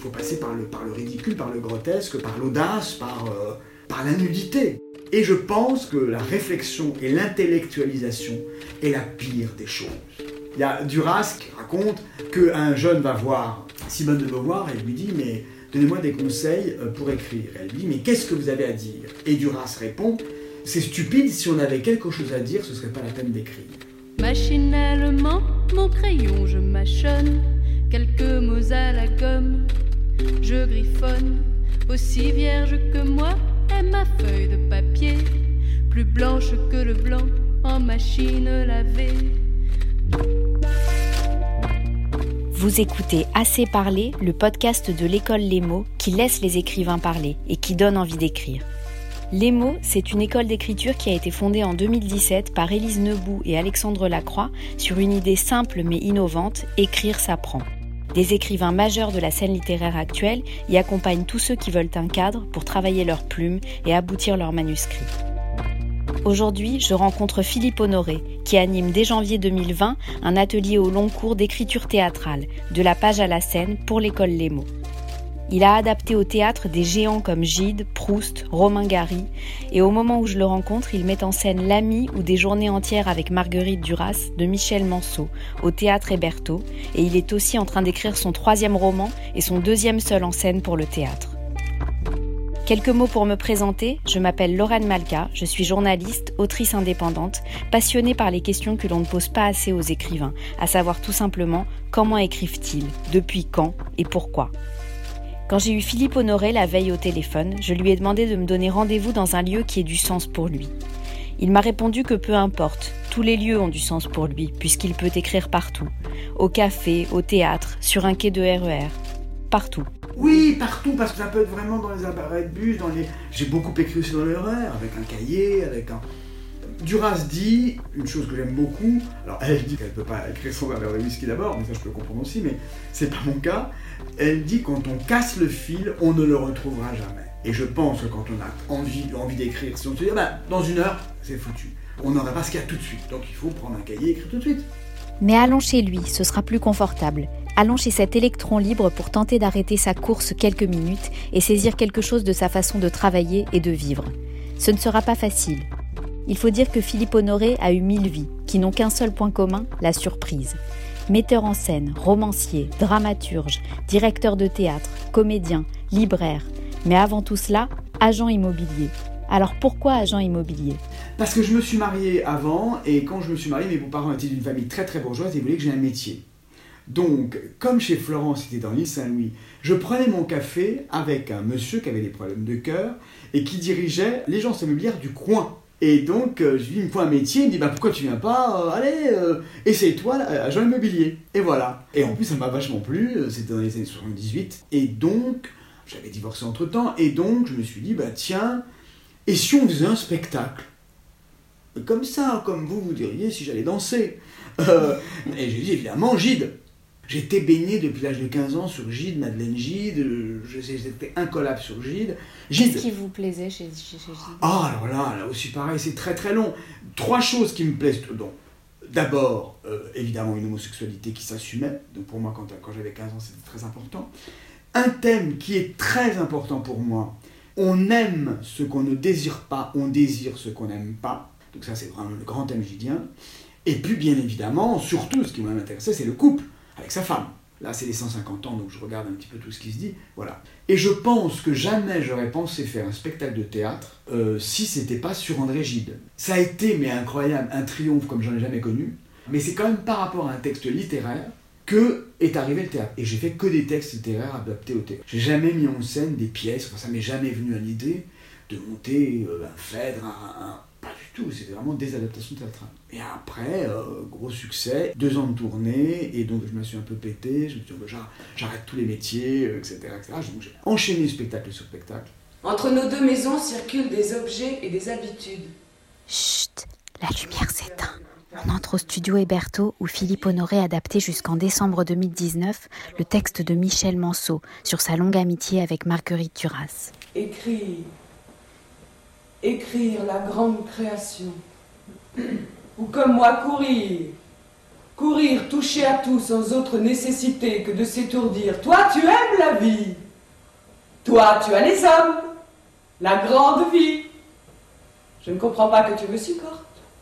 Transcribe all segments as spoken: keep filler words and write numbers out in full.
faut passer par le, par le ridicule, par le grotesque, par l'audace, par, euh, par la nudité. Et je pense que la réflexion et l'intellectualisation est la pire des choses. Il y a Duras qui raconte qu'un jeune va voir Simone de Beauvoir et lui dit « mais donnez-moi des conseils pour écrire ». Elle lui dit « mais qu'est-ce que vous avez à dire ?» Et Duras répond « c'est stupide, si on avait quelque chose à dire, ce serait pas la peine d'écrire ». Machinalement, mon crayon je mâchonne, quelques mots à la gomme, je griffonne, aussi vierge que moi est ma feuille de papier, plus blanche que le blanc en machine lavée. Vous écoutez Assez parler, le podcast de l'école Les Mots qui laisse les écrivains parler et qui donne envie d'écrire. Les Mots, c'est une école d'écriture qui a été fondée en deux mille dix-sept par Élise Nebout et Alexandre Lacroix sur une idée simple mais innovante, écrire s'apprend. Des écrivains majeurs de la scène littéraire actuelle y accompagnent tous ceux qui veulent un cadre pour travailler leurs plumes et aboutir leurs manuscrits. Aujourd'hui, je rencontre Philippe Honoré, qui anime dès janvier deux mille vingt un atelier au long cours d'écriture théâtrale, de la page à la scène, pour l'école Les Mots. Il a adapté au théâtre des géants comme Gide, Proust, Romain Gary, et au moment où je le rencontre, il met en scène L'Ami ou des journées entières avec Marguerite Duras de Michel Manceau au théâtre Hébertot, et il est aussi en train d'écrire son troisième roman et son deuxième seul en scène pour le théâtre. Quelques mots pour me présenter, je m'appelle Lorraine Malka, je suis journaliste, autrice indépendante, passionnée par les questions que l'on ne pose pas assez aux écrivains, à savoir tout simplement comment écrivent-ils, depuis quand et pourquoi. Quand j'ai eu Philippe Honoré la veille au téléphone, je lui ai demandé de me donner rendez-vous dans un lieu qui ait du sens pour lui. Il m'a répondu que peu importe, tous les lieux ont du sens pour lui, puisqu'il peut écrire partout. Au café, au théâtre, sur un quai de R E R, partout. Oui, partout, parce que ça peut être vraiment dans les arrêts de bus, dans les... J'ai beaucoup écrit aussi dans le R E R, avec un cahier, avec un... Duras dit une chose que j'aime beaucoup, alors elle dit qu'elle ne peut pas écrire son verre de whisky d'abord, mais ça je peux comprendre aussi, mais c'est pas mon cas. Elle dit quand on casse le fil, on ne le retrouvera jamais. Et je pense que quand on a envie, envie d'écrire, si on se dit, ah ben, dans une heure, c'est foutu. On n'aura pas ce qu'il y a tout de suite, donc il faut prendre un cahier et écrire tout de suite. Mais allons chez lui, ce sera plus confortable. Allons chez cet électron libre pour tenter d'arrêter sa course quelques minutes et saisir quelque chose de sa façon de travailler et de vivre. Ce ne sera pas facile. Il faut dire que Philippe Honoré a eu mille vies, qui n'ont qu'un seul point commun, la surprise. Metteur en scène, romancier, dramaturge, directeur de théâtre, comédien, libraire, mais avant tout cela, agent immobilier. Alors pourquoi agent immobilier ? Parce que je me suis marié avant, et quand je me suis marié, mes beaux-parents étaient d'une famille très très bourgeoise et voulaient que j'ai un métier. Donc, comme chez Florence, c'était dans l'île Saint-Louis, je prenais mon café avec un monsieur qui avait des problèmes de cœur et qui dirigeait l'agence immobilière du coin. Et donc, euh, je lui dis, il me faut un métier, il me dit, bah, pourquoi tu viens pas, euh, allez, euh, essaye-toi, là, agent immobilier. Et voilà. Et en plus, ça m'a vachement plu, c'était dans les années soixante-dix-huit. Et donc, j'avais divorcé entre-temps, et donc, je me suis dit, bah tiens, et si on faisait un spectacle ? Comme ça, comme vous, vous diriez, si j'allais danser. Euh, et j'ai dit, évidemment, Gide. J'étais baigné depuis l'âge de quinze ans sur Gide, Madeleine Gide, j'étais incollable sur Gide. Gide. Qu'est-ce qui vous plaisait chez, chez, chez Gide ? Ah, alors là, là aussi pareil, c'est très très long. Trois choses qui me plaisent. Donc, d'abord, euh, évidemment, une homosexualité qui s'assumait. Donc pour moi, quand, quand j'avais quinze ans, c'était très important. Un thème qui est très important pour moi. On aime ce qu'on ne désire pas, on désire ce qu'on n'aime pas. Donc ça, c'est vraiment le grand thème gidien. Et puis, bien évidemment, surtout, ce qui m'a intéressé, c'est le couple avec sa femme. Là, c'est les cent cinquante ans, donc je regarde un petit peu tout ce qui se dit. Voilà. Et je pense que jamais j'aurais pensé faire un spectacle de théâtre euh, si c'était pas sur André Gide. Ça a été, mais incroyable, un triomphe comme j'en ai jamais connu. Mais c'est quand même par rapport à un texte littéraire que est arrivé le théâtre. Et j'ai fait que des textes littéraires adaptés au théâtre. J'ai jamais mis en scène des pièces, enfin ça m'est jamais venu à l'idée de monter euh, un Phèdre, un, un... pas du tout, c'était vraiment des adaptations théâtrales. Et après, euh, gros succès, deux ans de tournée, et donc je me suis un peu pété, je me suis dit, bah, j'arrête tous les métiers, euh, et cetera, et cetera. Donc j'ai enchaîné spectacle sur spectacle. Entre nos deux maisons circulent des objets et des habitudes. Chut, la lumière s'éteint. On entre au studio Hébertot où Philippe Honoré adaptait jusqu'en décembre deux mille dix-neuf le texte de Michel Manceau sur sa longue amitié avec Marguerite Duras. Écrire. Écrire la grande création. Ou comme moi courir. Courir, toucher à tout sans autre nécessité que de s'étourdir. Toi, tu aimes la vie. Toi, tu as les hommes. La grande vie. Je ne comprends pas que tu me supportes.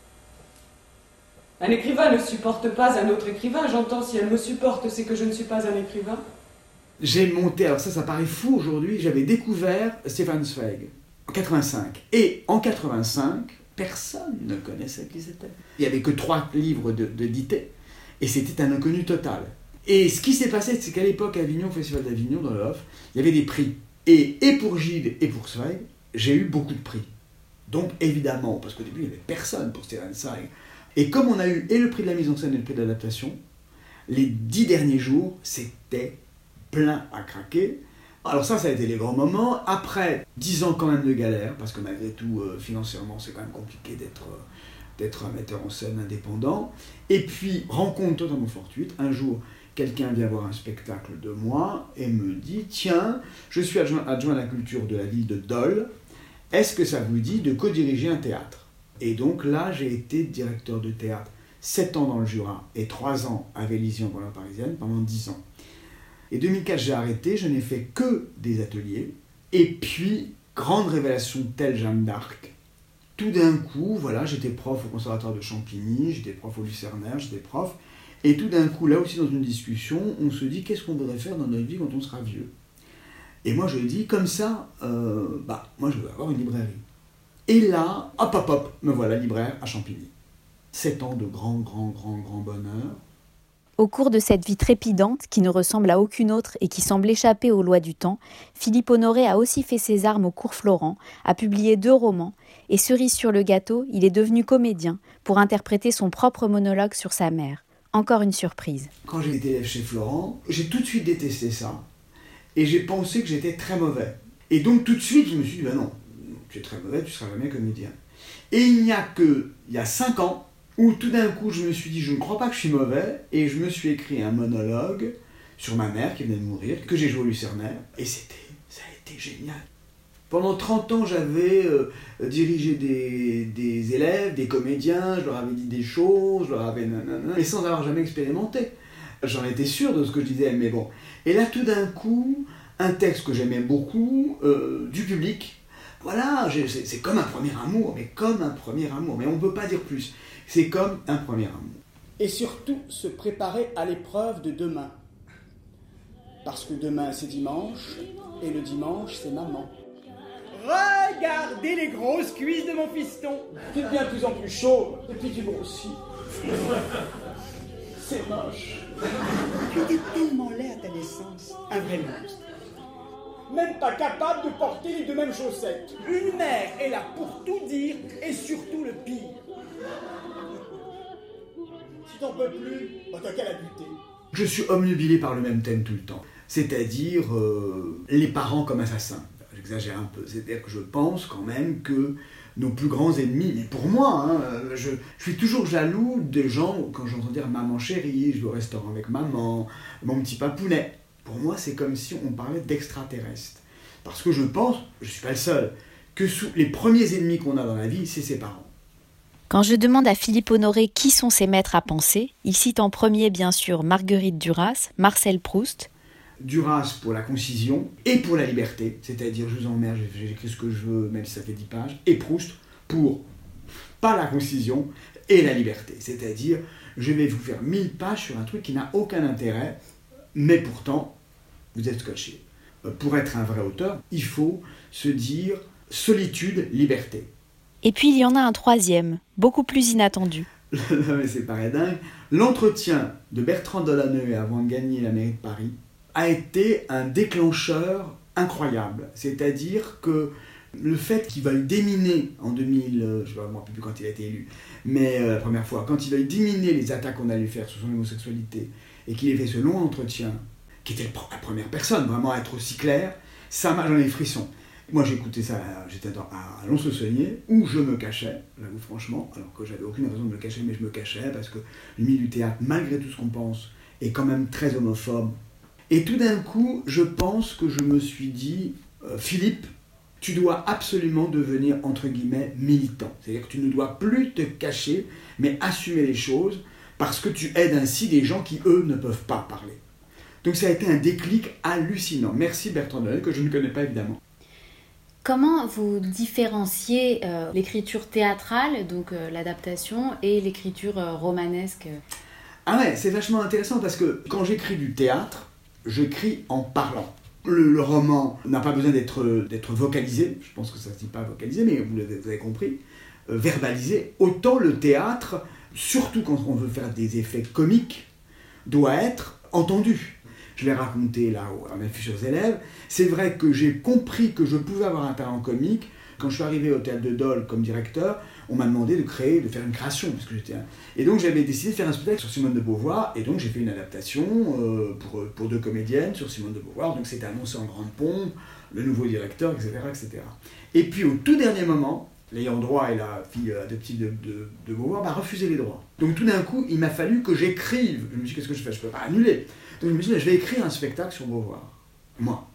Un écrivain ne supporte pas un autre écrivain. J'entends, si elle me supporte, c'est que je ne suis pas un écrivain. J'ai monté, alors ça, ça paraît fou aujourd'hui, j'avais découvert Stefan Zweig en quatre-vingt-cinq. Et en quatre-vingt-cinq, personne ne connaissait qui c'était. Il n'y avait que trois livres de, de d'édités, et c'était un inconnu total. Et ce qui s'est passé, c'est qu'à l'époque, à Avignon, au Festival d'Avignon, dans le Off, il y avait des prix. Et, et pour Gide et pour Zweig, j'ai eu beaucoup de prix. Donc évidemment, parce qu'au début, il n'y avait personne pour Stefan Zweig. Et comme on a eu et le prix de la mise en scène et le prix de l'adaptation, les dix derniers jours, c'était plein à craquer. Alors ça, ça a été les grands moments. Après, dix ans quand même de galère, parce que malgré tout, euh, financièrement, c'est quand même compliqué d'être, euh, d'être un metteur en scène indépendant. Et puis, rencontre totalement fortuite. Un jour, quelqu'un vient voir un spectacle de moi et me dit « Tiens, je suis adjoint, adjoint à la culture de la ville de Dole. Est-ce que ça vous dit de co-diriger un théâtre ?» Et donc là, j'ai été directeur de théâtre sept ans dans le Jura et trois ans à Vélizy en banlieue parisienne pendant dix ans. Et deux mille quatre, j'ai arrêté, je n'ai fait que des ateliers. Et puis, grande révélation telle Jeanne d'Arc. Tout d'un coup, voilà, j'étais prof au conservatoire de Champigny, j'étais prof au Lucernaire, j'étais prof. Et tout d'un coup, là aussi dans une discussion, on se dit qu'est-ce qu'on voudrait faire dans notre vie quand on sera vieux. Et moi, je dis comme ça, euh, bah, moi je veux avoir une librairie. Et là, hop hop hop, me voilà libraire à Champigny. Sept ans de grand, grand, grand, grand bonheur. Au cours de cette vie trépidante, qui ne ressemble à aucune autre et qui semble échapper aux lois du temps, Philippe Honoré a aussi fait ses armes au Cours Florent, a publié deux romans, et cerise sur le gâteau, il est devenu comédien pour interpréter son propre monologue sur sa mère. Encore une surprise. Quand j'ai été élève chez Florent, j'ai tout de suite détesté ça, et j'ai pensé que j'étais très mauvais. Et donc tout de suite, je me suis dit, ben non, tu es très mauvais, tu ne seras jamais comédien. Et il n'y a que, il y a cinq ans, où tout d'un coup je me suis dit, je ne crois pas que je suis mauvais, et je me suis écrit un monologue sur ma mère qui venait de mourir, que j'ai joué au Lucernaire, et c'était, ça a été génial. Pendant trente ans, j'avais euh, dirigé des, des élèves, des comédiens, je leur avais dit des choses, je leur avais nanana, mais sans avoir jamais expérimenté. J'en étais sûr de ce que je disais, mais bon. Et là, tout d'un coup, un texte que j'aimais beaucoup, euh, du public, voilà, c'est, c'est comme un premier amour, mais comme un premier amour, mais on ne peut pas dire plus. C'est comme un premier amour. Et surtout, se préparer à l'épreuve de demain. Parce que demain, c'est dimanche, et le dimanche, c'est maman. Regardez les grosses cuisses de mon fiston. Tu deviens de plus en plus chaud, et puis tu grossis. C'est moche. Tu étais tellement laid à ta naissance, un vrai monstre. Même pas capable de porter les deux mêmes chaussettes. Une mère est là pour tout dire, et surtout le pire. Si t'en peux plus, bah t'as qu'à la buter. Je suis omnubilé par le même thème tout le temps, c'est-à-dire euh, les parents comme assassins. J'exagère un peu, c'est-à-dire que je pense quand même que nos plus grands ennemis, mais pour moi, hein, je, je suis toujours jaloux des gens, quand j'entends dire « maman chérie », je vais au restaurant avec maman, mon petit papounet. Pour moi, c'est comme si on parlait d'extraterrestres. Parce que je pense, je ne suis pas le seul, que sous les premiers ennemis qu'on a dans la vie, c'est ses parents. Quand je demande à Philippe Honoré qui sont ses maîtres à penser, il cite en premier bien sûr Marguerite Duras, Marcel Proust. Duras pour la concision et pour la liberté, c'est-à-dire je vous emmerde, j'écris ce que je veux, même si ça fait dix pages, et Proust pour pas la concision et la liberté, c'est-à-dire je vais vous faire mille pages sur un truc qui n'a aucun intérêt, mais pourtant vous êtes scotché. Pour être un vrai auteur, il faut se dire solitude, liberté. Et puis il y en a un troisième, beaucoup plus inattendu. Non mais c'est pareil dingue. L'entretien de Bertrand Delanoë avant de gagner la mairie de Paris a été un déclencheur incroyable. C'est-à-dire que le fait qu'il veuille déminer en deux mille, je ne sais pas, moi, plus quand il a été élu, mais euh, la première fois, quand il veuille déminer les attaques qu'on allait faire sur son homosexualité et qu'il ait fait ce long entretien, qui était la première personne vraiment à être aussi clair, ça m'a donné des frissons. Moi j'ai écouté ça, j'étais à Lons-le-Saunier, où je me cachais, j'avoue franchement, alors que j'avais aucune raison de me cacher, mais je me cachais parce que le milieu du théâtre, malgré tout ce qu'on pense, est quand même très homophobe. Et tout d'un coup, je pense que je me suis dit, euh, Philippe, tu dois absolument devenir, entre guillemets, militant. C'est-à-dire que tu ne dois plus te cacher, mais assumer les choses, parce que tu aides ainsi des gens qui, eux, ne peuvent pas parler. Donc ça a été un déclic hallucinant. Merci Bertrand Delanoë, que je ne connais pas évidemment. Comment vous différenciez euh, l'écriture théâtrale, donc euh, l'adaptation, et l'écriture euh, romanesque ? Ah ouais, c'est vachement intéressant parce que quand j'écris du théâtre, j'écris en parlant. Le, le roman n'a pas besoin d'être, d'être vocalisé, je pense que ça ne se dit pas vocalisé, mais vous l'avez, vous avez compris, euh, verbalisé. Autant le théâtre, surtout quand on veut faire des effets comiques, doit être entendu. Je l'ai raconté là à mes futurs élèves. C'est vrai que j'ai compris que je pouvais avoir un talent comique. Quand je suis arrivé au Théâtre de Dole comme directeur, on m'a demandé de créer, de faire une création. Parce que j'étais un... Et donc j'avais décidé de faire un spectacle sur Simone de Beauvoir. Et donc j'ai fait une adaptation euh, pour, pour deux comédiennes sur Simone de Beauvoir. Donc c'était annoncé en grande pompe, le nouveau directeur, et cetera, et cetera. Et puis au tout dernier moment, l'ayant droit et la fille adoptive de, de, de Beauvoir m'a refusé les droits. Donc tout d'un coup, il m'a fallu que j'écrive. Je me suis dit, qu'est-ce que je fais ? Je ne peux pas annuler. Donc je me suis dit, je vais écrire un spectacle sur Beauvoir, moi.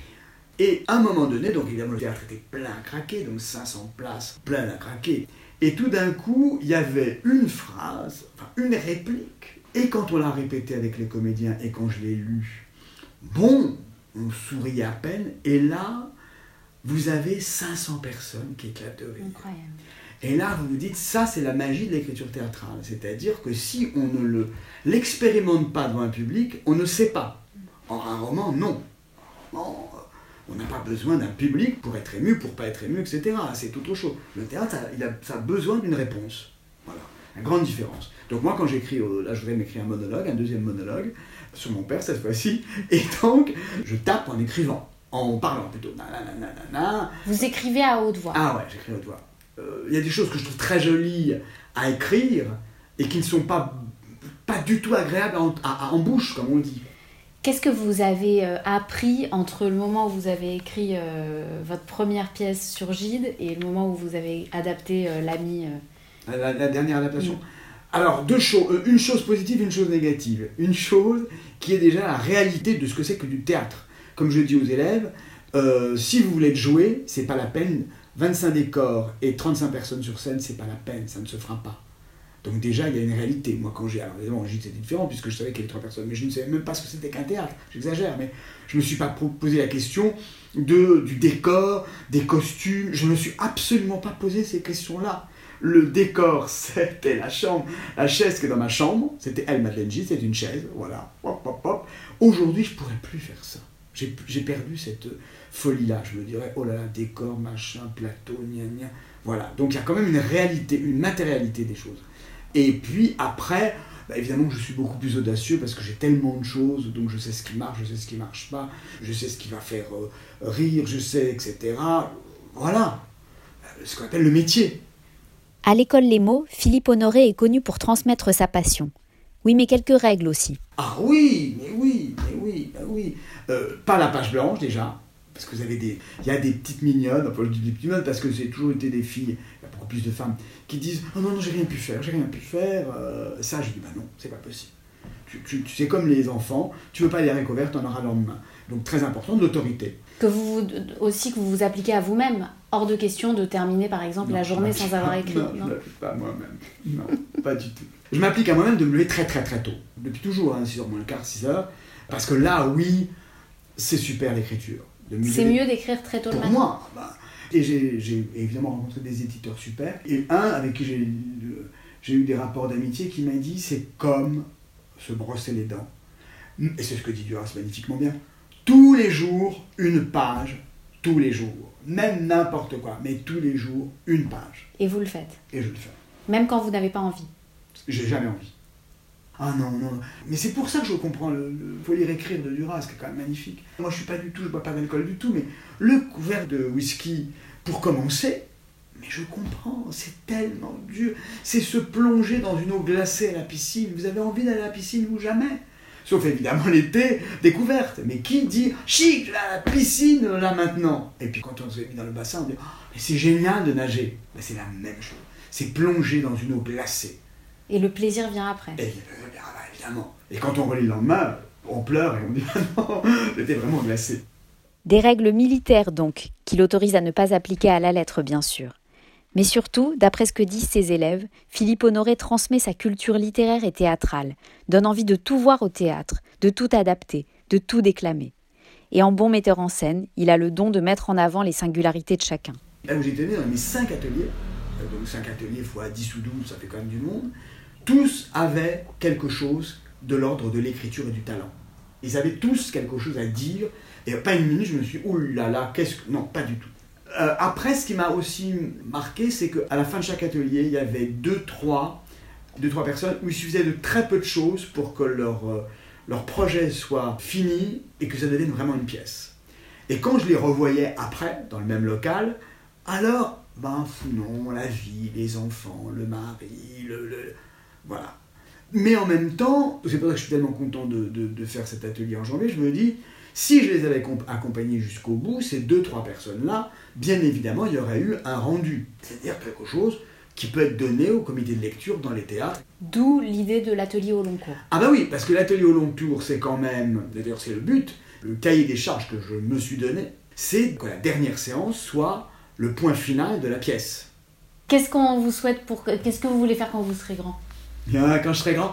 Et à un moment donné, donc évidemment le théâtre était plein à craquer, donc cinq cents places, plein à craquer. Et tout d'un coup, il y avait une phrase, enfin une réplique. Et quand on l'a répétée avec les comédiens et quand je l'ai lue, bon, on souriait à peine. Et là, vous avez cinq cents personnes qui éclatent de rire. Incroyable. Et là, vous vous dites, ça, c'est la magie de l'écriture théâtrale. C'est-à-dire que si on ne le, l'expérimente pas devant un public, on ne sait pas. Or, un roman, non. non on n'a pas besoin d'un public pour être ému, pour pas être ému, et cetera. C'est autre chose. Le théâtre, ça, il a, ça a besoin d'une réponse. Voilà, une grande différence. Donc moi, quand j'écris, là, je voudrais m'écrire un monologue, un deuxième monologue, sur mon père cette fois-ci, et donc, je tape en écrivant, en parlant plutôt. Nanana. Vous écrivez à haute voix. Ah ouais, j'écris à haute voix. Il euh, y a des choses que je trouve très jolies à écrire et qui ne sont pas, pas du tout agréables en, à, à, en bouche, comme on dit. Qu'est-ce que vous avez euh, appris entre le moment où vous avez écrit euh, votre première pièce sur Gide et le moment où vous avez adapté euh, L'Ami euh... la, la dernière adaptation. Mmh. Alors, deux choses, une chose positive et une chose négative. Une chose qui est déjà la réalité de ce que c'est que du théâtre. Comme je dis aux élèves, euh, si vous voulez jouer, c'est pas la peine... vingt-cinq décors et trente-cinq personnes sur scène, c'est pas la peine, ça ne se fera pas. Donc déjà, il y a une réalité. Moi, quand j'ai... Alors évidemment, j'ai dit que c'était différent, puisque je savais qu'il y avait trois personnes, mais je ne savais même pas ce que c'était qu'un théâtre. J'exagère, mais je ne me suis pas posé la question de, du décor, des costumes. Je ne me suis absolument pas posé ces questions-là. Le décor, c'était la chambre. La chaise qui est dans ma chambre, c'était elle, Madeleine Gide, c'était une chaise, voilà. Hop, hop, hop. Aujourd'hui, je ne pourrais plus faire ça. J'ai, j'ai perdu cette folie-là. Je me dirais, oh là là, décor, machin, plateau, gna gna. Voilà. Donc il y a quand même une réalité, une matérialité des choses. Et puis après, bah évidemment, je suis beaucoup plus audacieux parce que j'ai tellement de choses, donc je sais ce qui marche, je sais ce qui ne marche pas, je sais ce qui va faire euh, rire, je sais, et cetera. Voilà. Ce qu'on appelle le métier. À l'école Les Mots, Philippe Honoré est connu pour transmettre sa passion. Oui, mais quelques règles aussi. Ah oui, mais oui, mais oui, mais oui. Euh, pas la page blanche déjà, parce que vous avez des, il y a des petites mignonnes, enfin je dis des petites mignonnes parce que c'est toujours été des filles, il y a beaucoup plus de femmes qui disent oh non non j'ai rien pu faire, j'ai rien pu faire. Euh, ça je dis bah non, c'est pas possible. Tu, tu, tu c'est comme les enfants, tu veux pas les haricots verts, t'en auras le lendemain. Donc très important de l'autorité. Que vous aussi que vous vous appliquez à vous-même. Hors de question de terminer par exemple non, la journée sans avoir écrit. Non, non, je ne m'applique pas à moi-même. Non, pas du tout. Je m'applique à moi-même de me lever très très très tôt. Depuis toujours, hein, six heures moins le quart, six heures. Parce que là, oui, c'est super l'écriture. De c'est mieux d'écrire très tôt le matin. Pour moi, bah, et j'ai, j'ai évidemment rencontré des éditeurs super. Et un avec qui j'ai, j'ai eu des rapports d'amitié qui m'a dit c'est comme se brosser les dents. Et c'est ce que dit Duras magnifiquement bien. Tous les jours, une page. Tous les jours. Même n'importe quoi. Mais tous les jours, une page. Et vous le faites. Et je le fais. Même quand vous n'avez pas envie. J'ai jamais envie. Ah non, non, non. Mais c'est pour ça que je comprends le, le faut lire écrire de Duras, qui est quand même magnifique. Moi, je suis pas du tout, je bois pas d'alcool du tout, mais le couvert de whisky, pour commencer, mais je comprends, c'est tellement dur. C'est se plonger dans une eau glacée à la piscine. Vous avez envie d'aller à la piscine ou jamais ? Sauf évidemment l'été, découverte. Mais qui dit chic, la piscine là maintenant ? Et puis quand on s'est mis dans le bassin, on dit oh, mais c'est génial de nager. Ben, c'est la même chose. C'est plonger dans une eau glacée. Et le plaisir vient après. Et, évidemment. Et quand on relit le lendemain, on pleure et on dit ah non, c'était vraiment glacé. Des règles militaires donc, qui l'autorisent à ne pas appliquer à la lettre bien sûr. Mais surtout, d'après ce que disent ses élèves, Philippe Honoré transmet sa culture littéraire et théâtrale, donne envie de tout voir au théâtre, de tout adapter, de tout déclamer. Et en bon metteur en scène, il a le don de mettre en avant les singularités de chacun. Là où j'étais né, dans mes cinq ateliers, donc cinq ateliers fois dix ou douze, ça fait quand même du monde, tous avaient quelque chose de l'ordre de l'écriture et du talent. Ils avaient tous quelque chose à dire, et pas une minute, je me suis dit, oh là là, qu'est-ce que... Non, pas du tout. Euh, après, ce qui m'a aussi marqué, c'est qu'à la fin de chaque atelier, il y avait deux, trois, deux, trois personnes où il suffisait de très peu de choses pour que leur, euh, leur projet soit fini et que ça devienne vraiment une pièce. Et quand je les revoyais après, dans le même local, alors, ben non, la vie, les enfants, le mari, le... le voilà. Mais en même temps, c'est pour ça que je suis tellement content de, de, de faire cet atelier en janvier, je me dis, si je les avais accompagnés jusqu'au bout, ces deux, trois personnes-là, bien évidemment, il y aurait eu un rendu. C'est-à-dire quelque chose qui peut être donné au comité de lecture dans les théâtres. D'où l'idée de l'atelier au long cours. Ah bah oui, parce que l'atelier au long cours, c'est quand même, d'ailleurs c'est le but, le cahier des charges que je me suis donné, c'est que la dernière séance soit le point final de la pièce. Qu'est-ce qu'on vous souhaite pour... Qu'est-ce que vous voulez faire quand vous serez grand ? Quand je serai grand,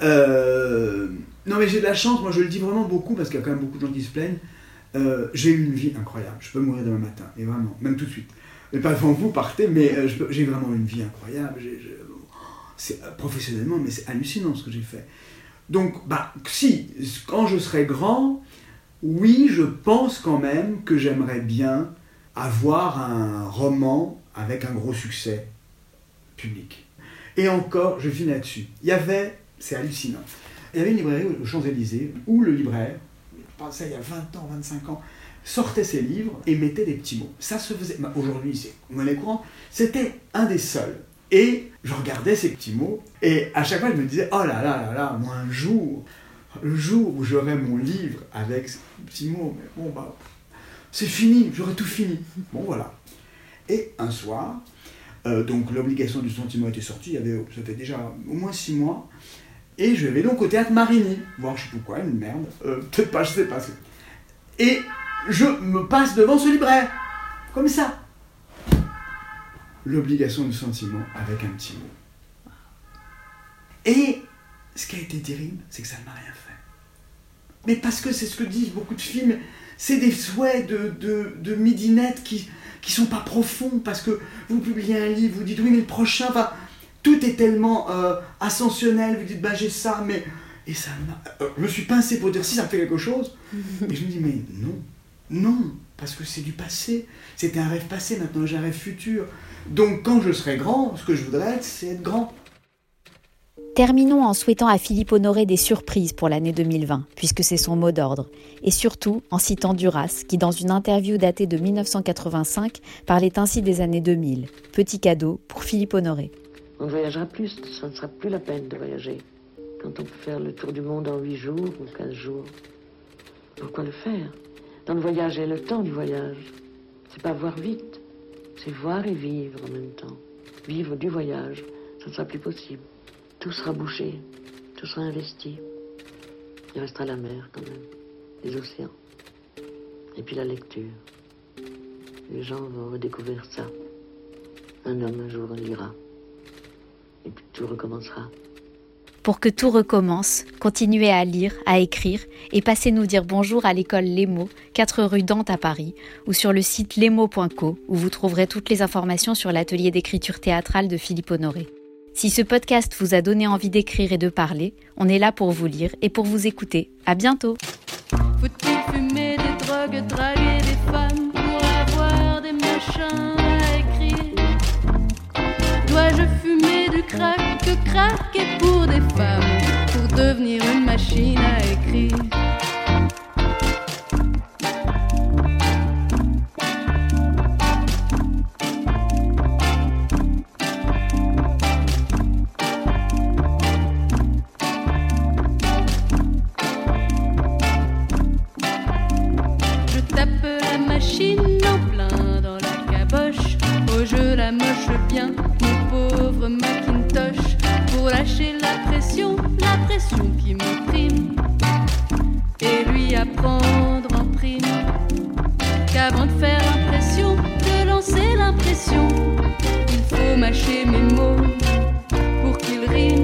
euh... non mais j'ai de la chance, moi je le dis vraiment beaucoup parce qu'il y a quand même beaucoup de gens qui se plaignent. Euh, j'ai eu une vie incroyable, je peux mourir demain matin, et vraiment, même tout de suite. Mais pas devant vous, partez, mais euh, je peux... j'ai vraiment une vie incroyable. J'ai, j'ai... C'est, euh, professionnellement, mais c'est hallucinant ce que j'ai fait. Donc, bah, si, quand je serai grand, oui, je pense quand même que j'aimerais bien avoir un roman avec un gros succès public. Et encore, je finis là-dessus. Il y avait, c'est hallucinant, il y avait une librairie aux Champs-Élysées où le libraire, ça il y a vingt ans, vingt-cinq ans, sortait ses livres et mettait des petits mots. Ça se faisait, bah, aujourd'hui c'est monnaie courante, c'était un des seuls. Et je regardais ces petits mots et à chaque fois je me disais, oh là là là là, moi un jour, le jour où j'aurai mon livre avec ces petits mots, mais bon bah, c'est fini, j'aurai tout fini. Bon voilà. Et un soir, Euh, donc l'obligation du sentiment était sortie, il y avait, ça fait déjà au moins six mois, et je vais donc au théâtre Marigny, voir je sais pas quoi, une merde, euh, peut-être pas, je sais pas. Et je me passe devant ce libraire, comme ça. L'obligation du sentiment avec un petit mot. Et ce qui a été terrible, c'est que ça ne m'a rien fait. Mais parce que c'est ce que disent beaucoup de films, c'est des souhaits de, de, de midinette qui... qui ne sont pas profonds, parce que vous publiez un livre, vous dites oui mais le prochain, enfin, tout est tellement euh, ascensionnel, vous dites bah j'ai ça, mais... Et ça m'a... Euh, je me suis pincé pour dire si ça me fait quelque chose, et je me dis mais non, non, parce que c'est du passé, c'était un rêve passé, maintenant j'ai un rêve futur. Donc quand je serai grand, ce que je voudrais être, c'est être grand. Terminons en souhaitant à Philippe Honoré des surprises pour l'année deux mille vingt, puisque c'est son mot d'ordre. Et surtout en citant Duras, qui dans une interview datée de dix-neuf cent quatre-vingt-cinq, parlait ainsi des années deux mille. Petit cadeau pour Philippe Honoré. On voyagera plus, ça ne sera plus la peine de voyager. Quand on peut faire le tour du monde en huit jours ou quinze jours. Pourquoi le faire ? Dans le voyage et le temps du voyage. C'est pas voir vite, c'est voir et vivre en même temps. Vivre du voyage, ça ne sera plus possible. Tout sera bouché, tout sera investi. Il restera la mer quand même, les océans. Et puis la lecture. Les gens vont redécouvrir ça. Un homme un jour lira. Et puis tout recommencera. Pour que tout recommence, continuez à lire, à écrire et passez nous dire bonjour à l'école Les Mots, quatre rue Dante à Paris, ou sur le site lesmots point co où vous trouverez toutes les informations sur l'atelier d'écriture théâtrale de Philippe Honoré. Si ce podcast vous a donné envie d'écrire et de parler, on est là pour vous lire et pour vous écouter. À bientôt. Faut-il fumer des drogues, draguer des femmes pour avoir des machins à écrire? Dois-je fumer du crack, que craquer pour des femmes, pour devenir une machine à écrire? En plein dans la caboche, oh je la moche bien, mon pauvre Macintosh, pour lâcher la pression, la pression qui m'opprime, et lui apprendre en prime qu'avant de faire l'impression, de lancer l'impression, il faut mâcher mes mots pour qu'ils riment.